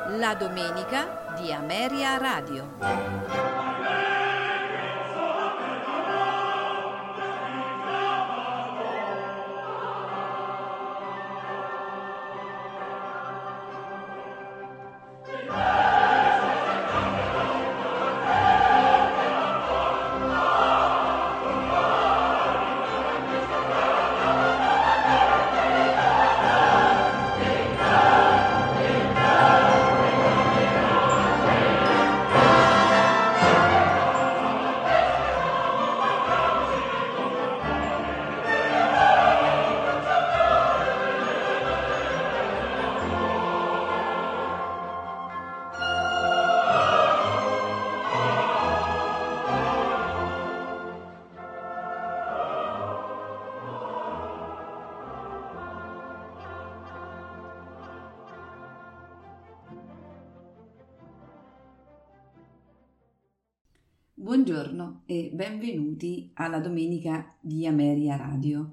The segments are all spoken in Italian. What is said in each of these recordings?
La domenica di Ameria Radio. Buongiorno e benvenuti alla domenica di Ameria Radio.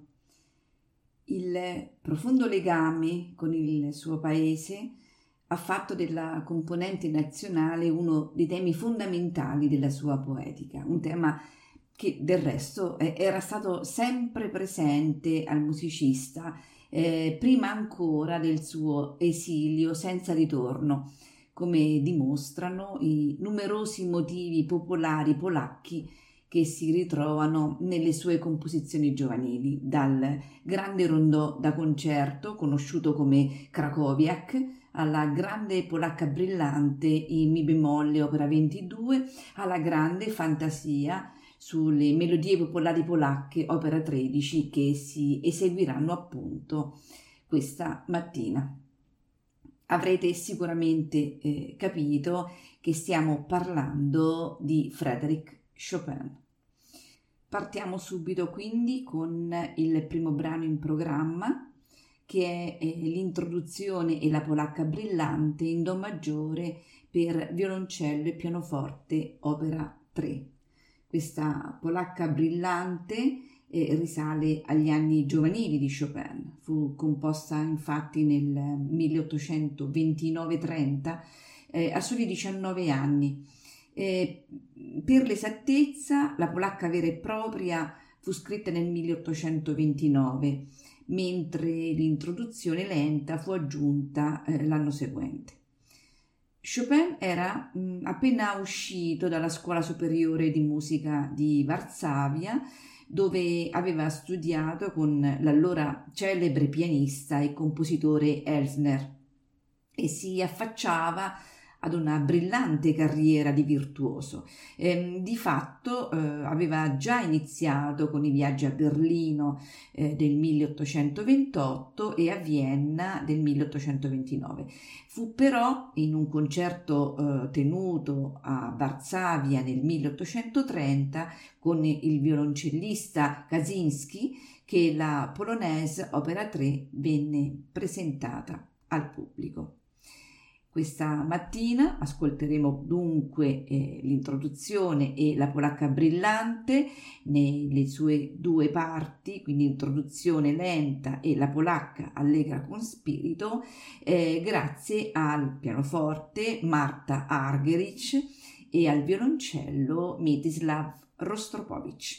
Il profondo legame con il suo paese ha fatto della componente nazionale uno dei temi fondamentali della sua poetica, un tema che del resto era stato sempre presente al musicista prima ancora del suo esilio senza ritorno, come dimostrano i numerosi motivi popolari polacchi che si ritrovano nelle sue composizioni giovanili, dal grande rondò da concerto conosciuto come Krakowiak alla grande polacca brillante in mi bemolle opera 22, alla grande fantasia sulle melodie popolari polacche opera 13 che si eseguiranno appunto questa mattina. Avrete sicuramente capito che stiamo parlando di Frédéric Chopin. Partiamo subito quindi con il primo brano in programma, che è l'introduzione e la polacca brillante in do maggiore per violoncello e pianoforte opera 3. Questa polacca brillante risale agli anni giovanili di Chopin. Fu composta infatti nel 1829-30 a soli 19 anni. Per l'esattezza, la polacca vera e propria fu scritta nel 1829, mentre l'introduzione lenta fu aggiunta l'anno seguente. Chopin era appena uscito dalla scuola superiore di musica di Varsavia, dove aveva studiato con l'allora celebre pianista e compositore Elsner e si affacciava ad una brillante carriera di virtuoso. Di fatto aveva già iniziato con i viaggi a Berlino del 1828 e a Vienna del 1829. Fu però in un concerto tenuto a Varsavia nel 1830 con il violoncellista Kaczynski che la Polonaise opera 3 venne presentata al pubblico. Questa mattina ascolteremo dunque l'introduzione e la polacca brillante nelle sue due parti, quindi introduzione lenta e la polacca allegra con spirito, grazie al pianoforte Marta Argerich e al violoncello Mstislav Rostropovich.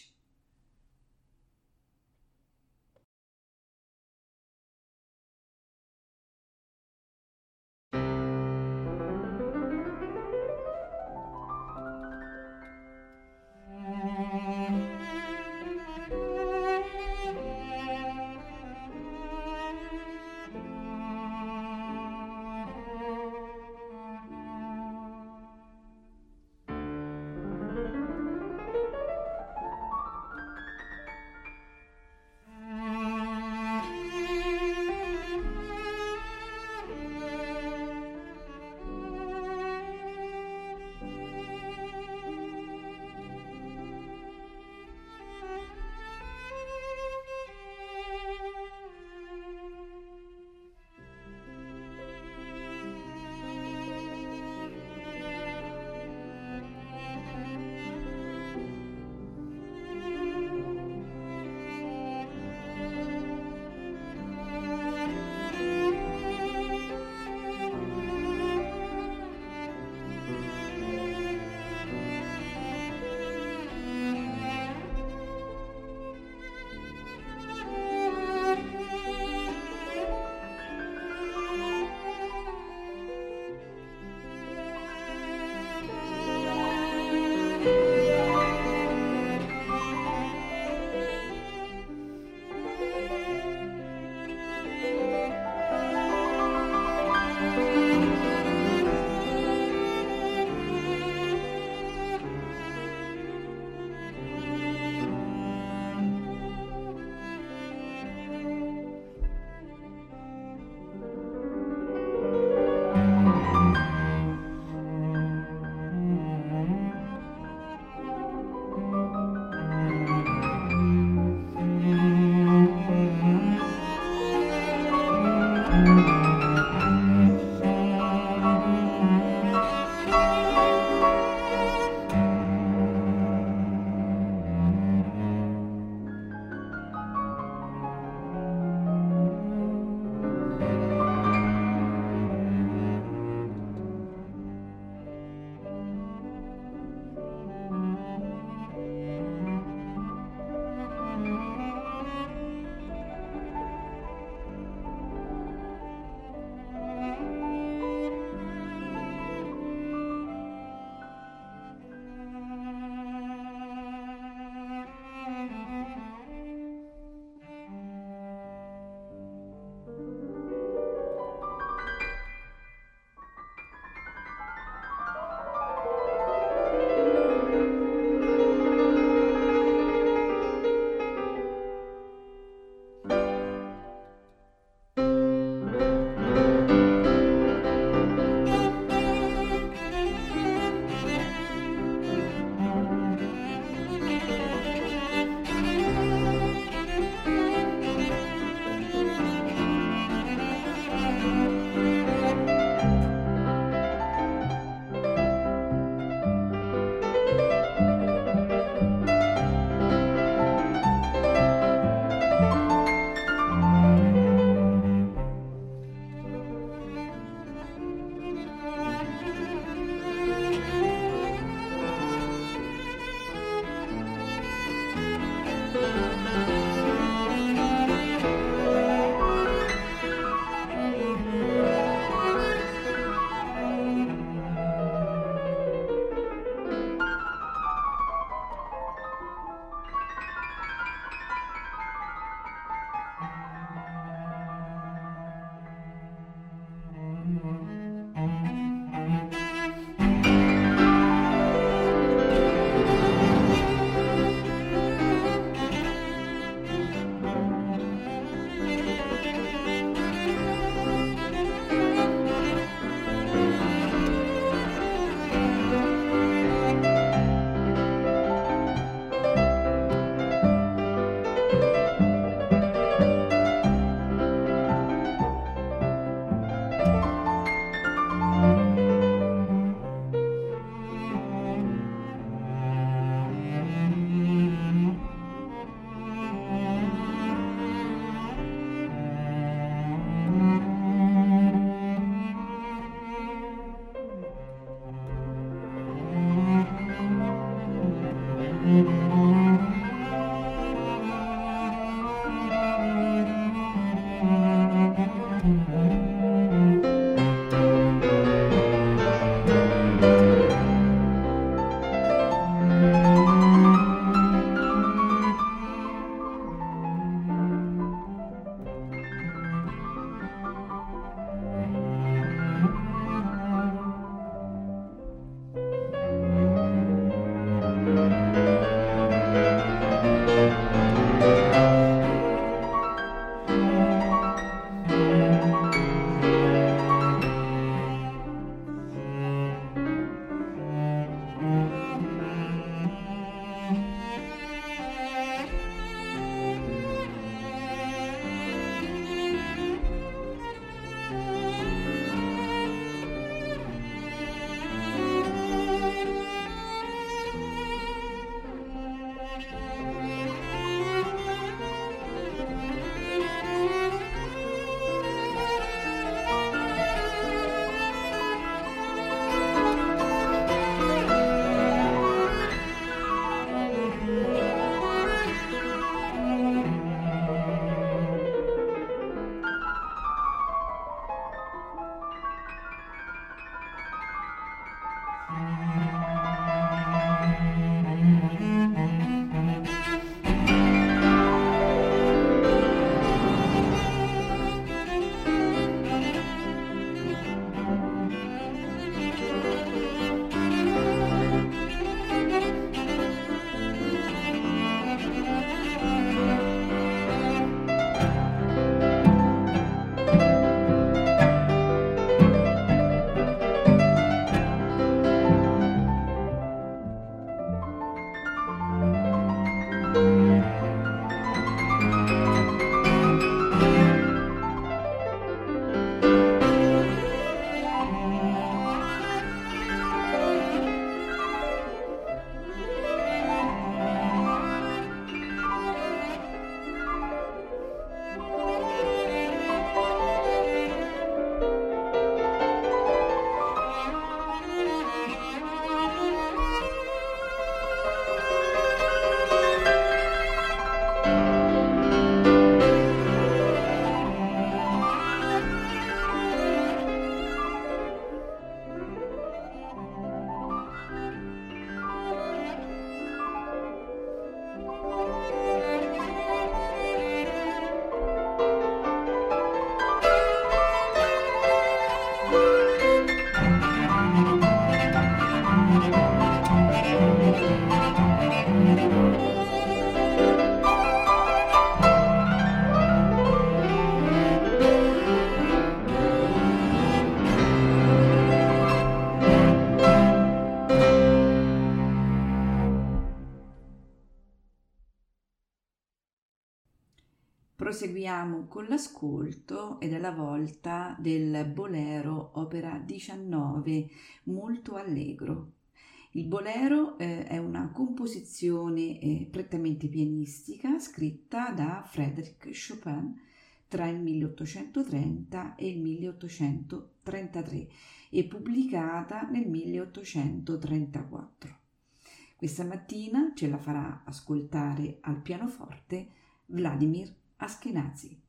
Proseguiamo con l'ascolto ed è la volta del bolero opera 19, molto allegro. Il bolero è una composizione prettamente pianistica scritta da Frédéric Chopin tra il 1830 e il 1833 e pubblicata nel 1834. Questa mattina ce la farà ascoltare al pianoforte Vladimir Ashkenazy.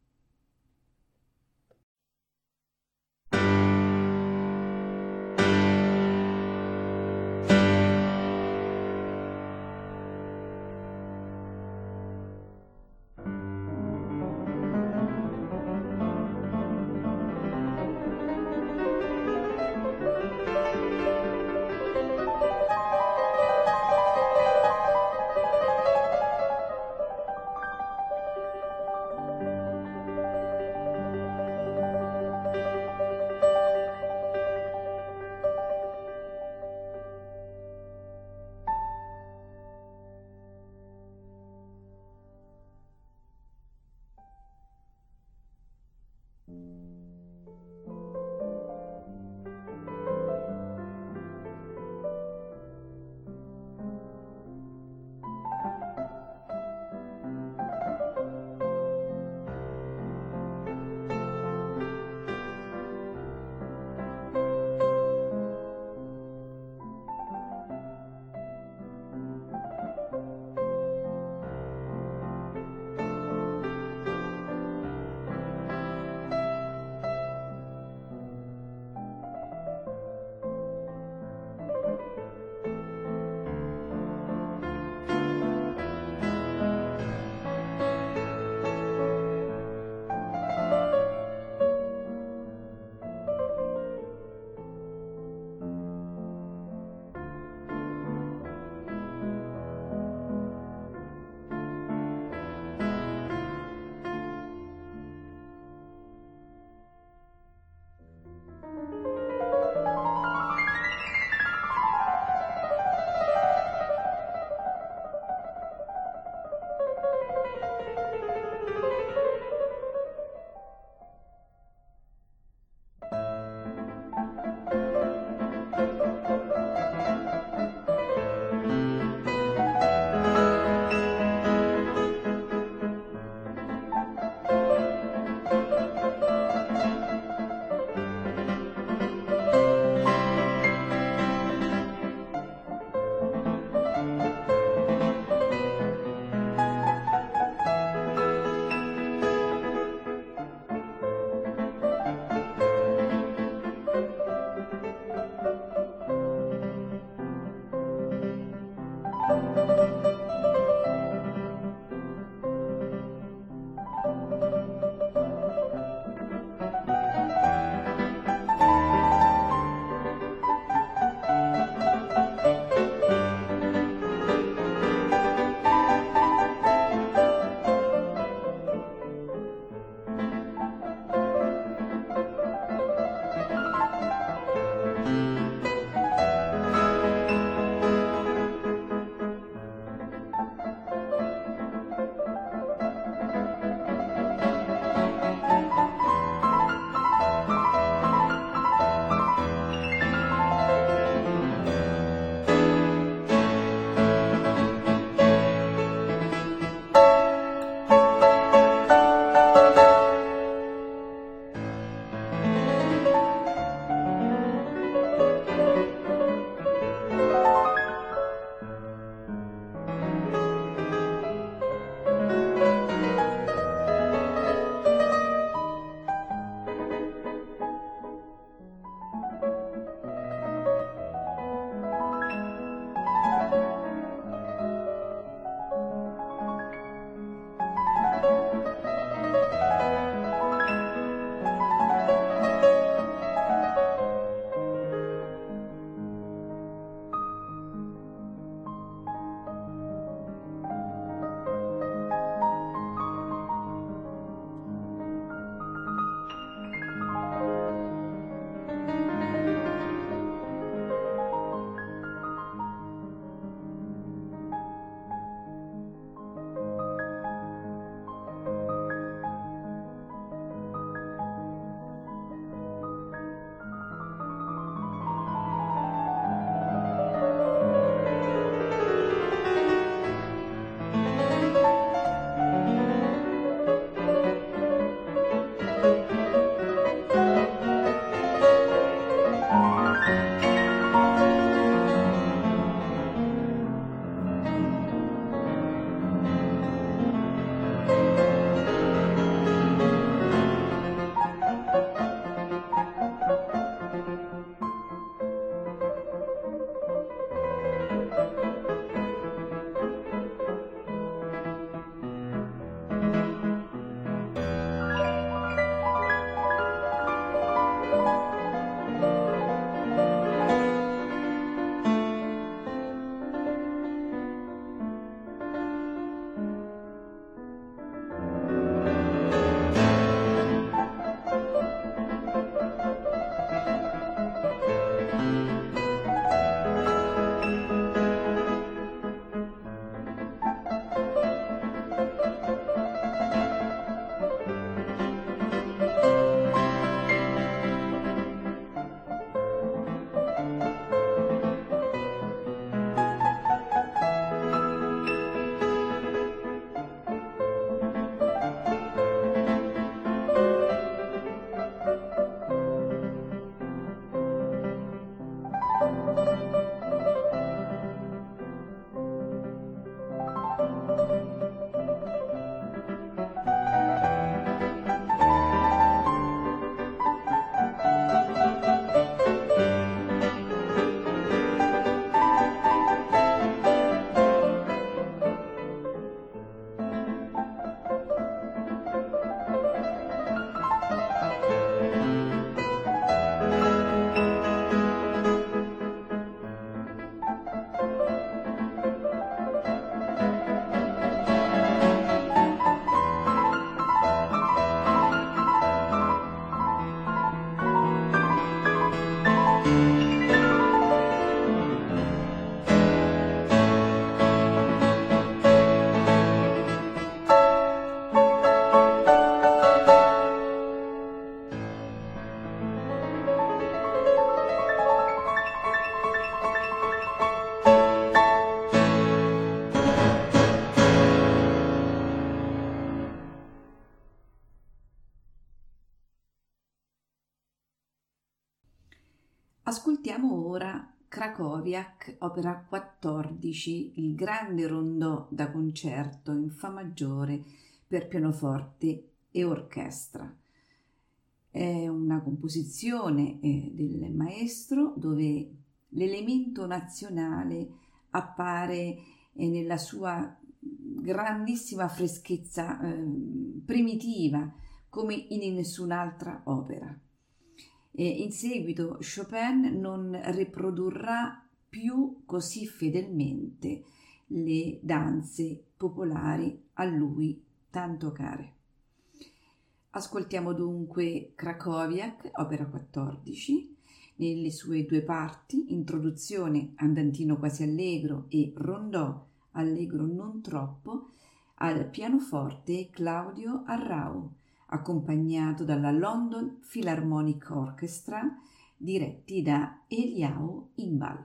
Ascoltiamo ora Krakowiak, opera 14, il grande rondò da concerto in fa maggiore per pianoforte e orchestra. È una composizione del maestro dove l'elemento nazionale appare nella sua grandissima freschezza primitiva, come in nessun'altra opera. In seguito Chopin non riprodurrà più così fedelmente le danze popolari a lui tanto care. Ascoltiamo dunque Krakowiak, opera 14, nelle sue due parti, introduzione, andantino quasi allegro e rondò, allegro non troppo, al pianoforte Claudio Arrau, accompagnato dalla London Philharmonic Orchestra, diretti da Eliao Imbal.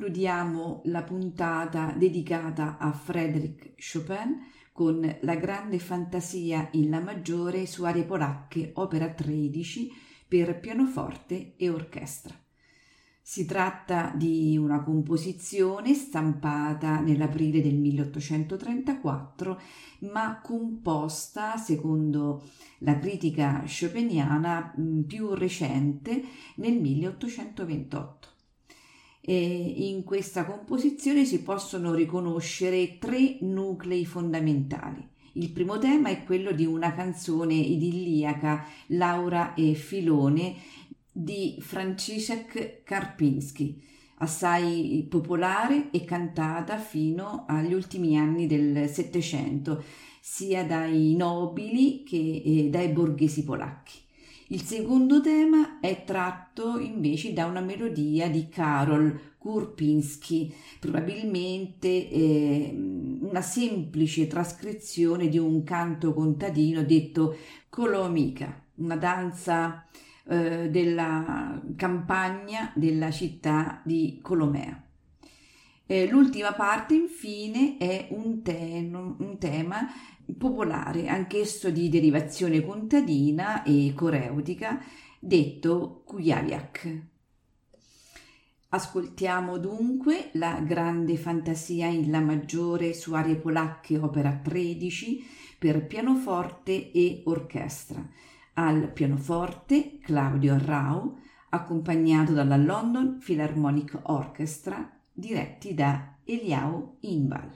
concludiamo la puntata dedicata a Frédéric Chopin con la grande fantasia in La maggiore su arie polacche, opera 13 per pianoforte e orchestra. Si tratta di una composizione stampata nell'aprile del 1834, ma composta, secondo la critica chopiniana, più recente, nel 1828. E in questa composizione si possono riconoscere 3 nuclei fondamentali. Il primo tema è quello di una canzone idilliaca, Laura e Filone, di Franciszek Karpiński, assai popolare e cantata fino agli ultimi anni del Settecento, sia dai nobili che dai borghesi polacchi. Il secondo tema è tratto invece da una melodia di Karol Kurpinski, probabilmente una semplice trascrizione di un canto contadino detto Kolomica, una danza della campagna della città di Colomea. L'ultima parte infine è un tema popolare, anch'esso di derivazione contadina e coreutica, detto Kujawiak. Ascoltiamo dunque la grande fantasia in La maggiore su arie polacche, opera 13 per pianoforte e orchestra. Al pianoforte Claudio Arrau, accompagnato dalla London Philharmonic Orchestra, diretti da Eliahu Inbal.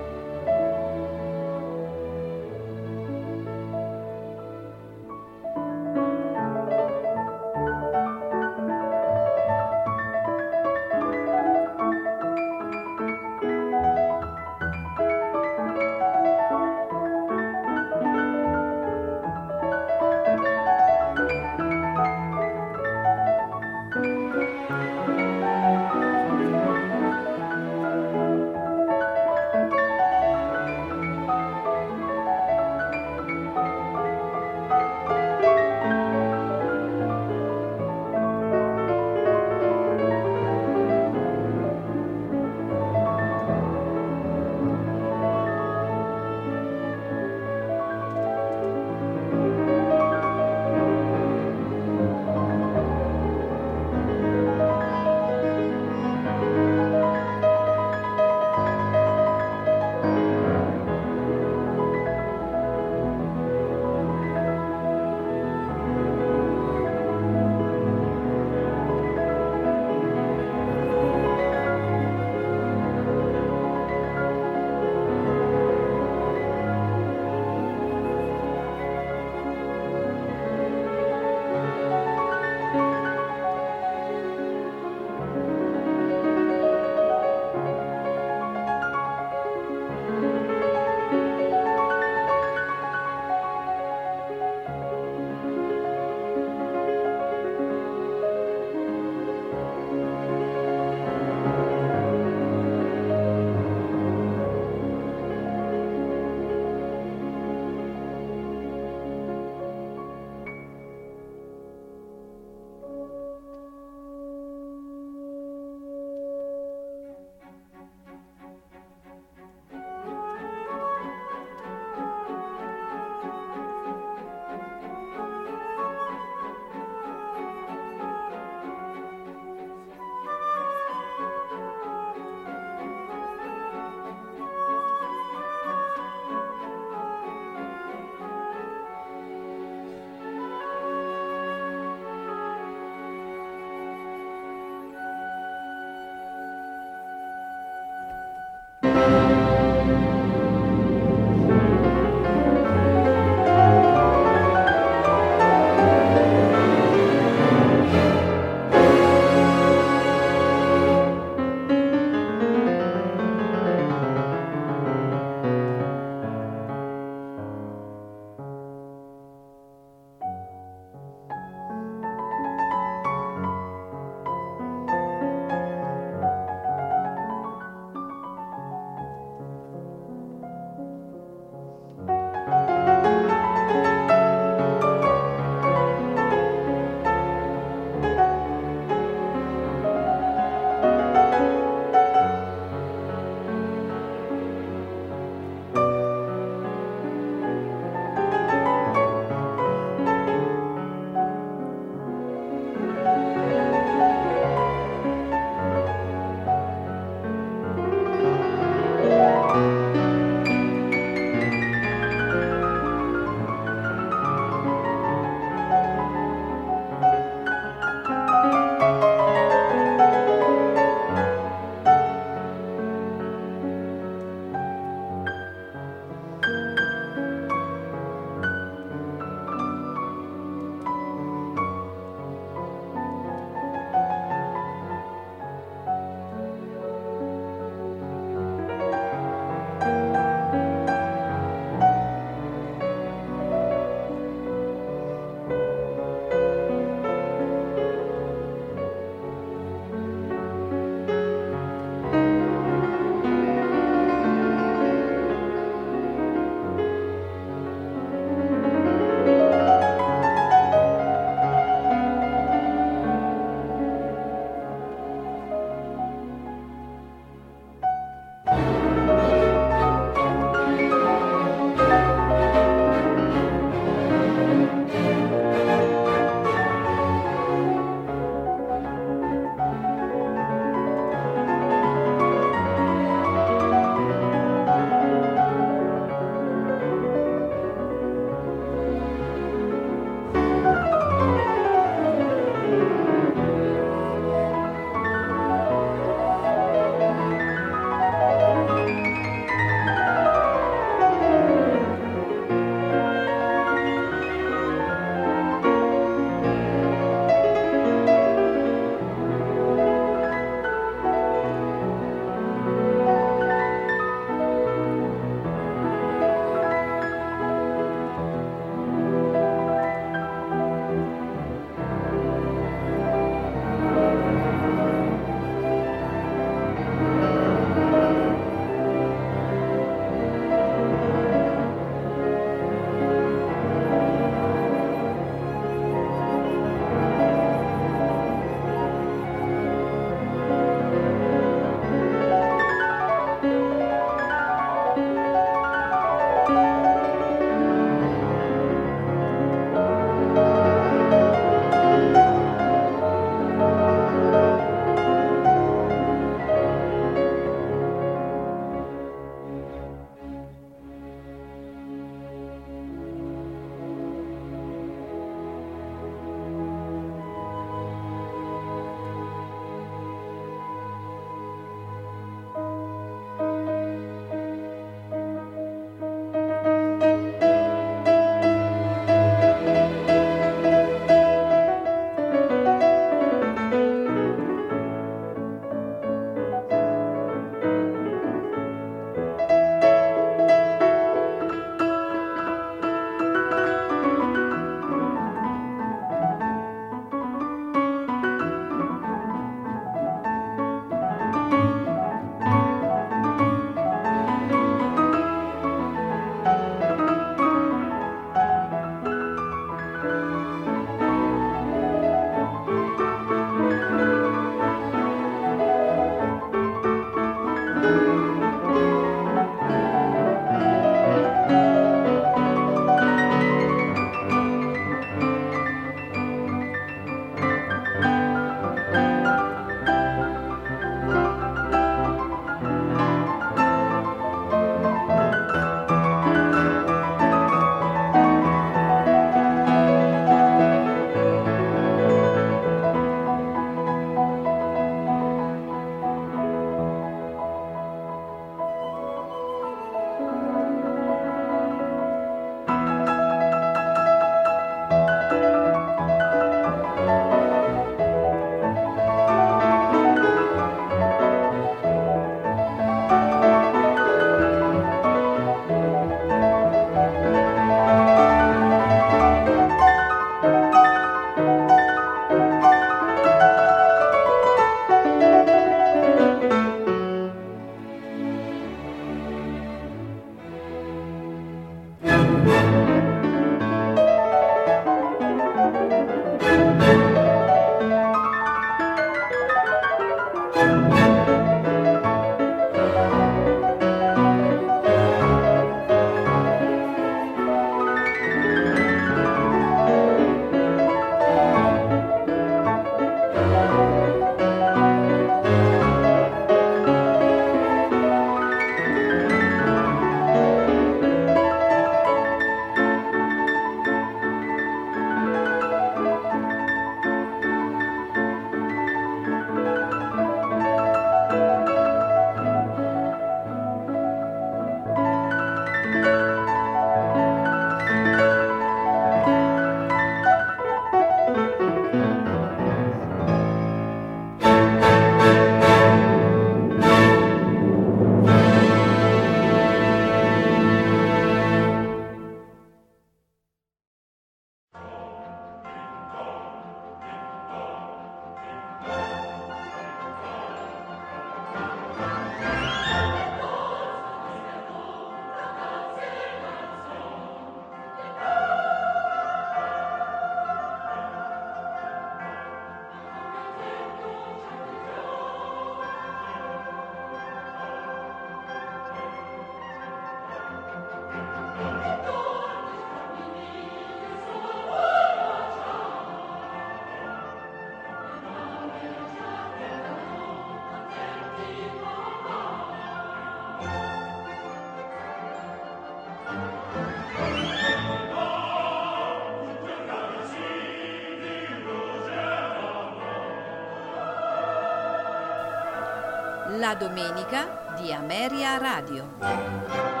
La domenica di Ameria Radio.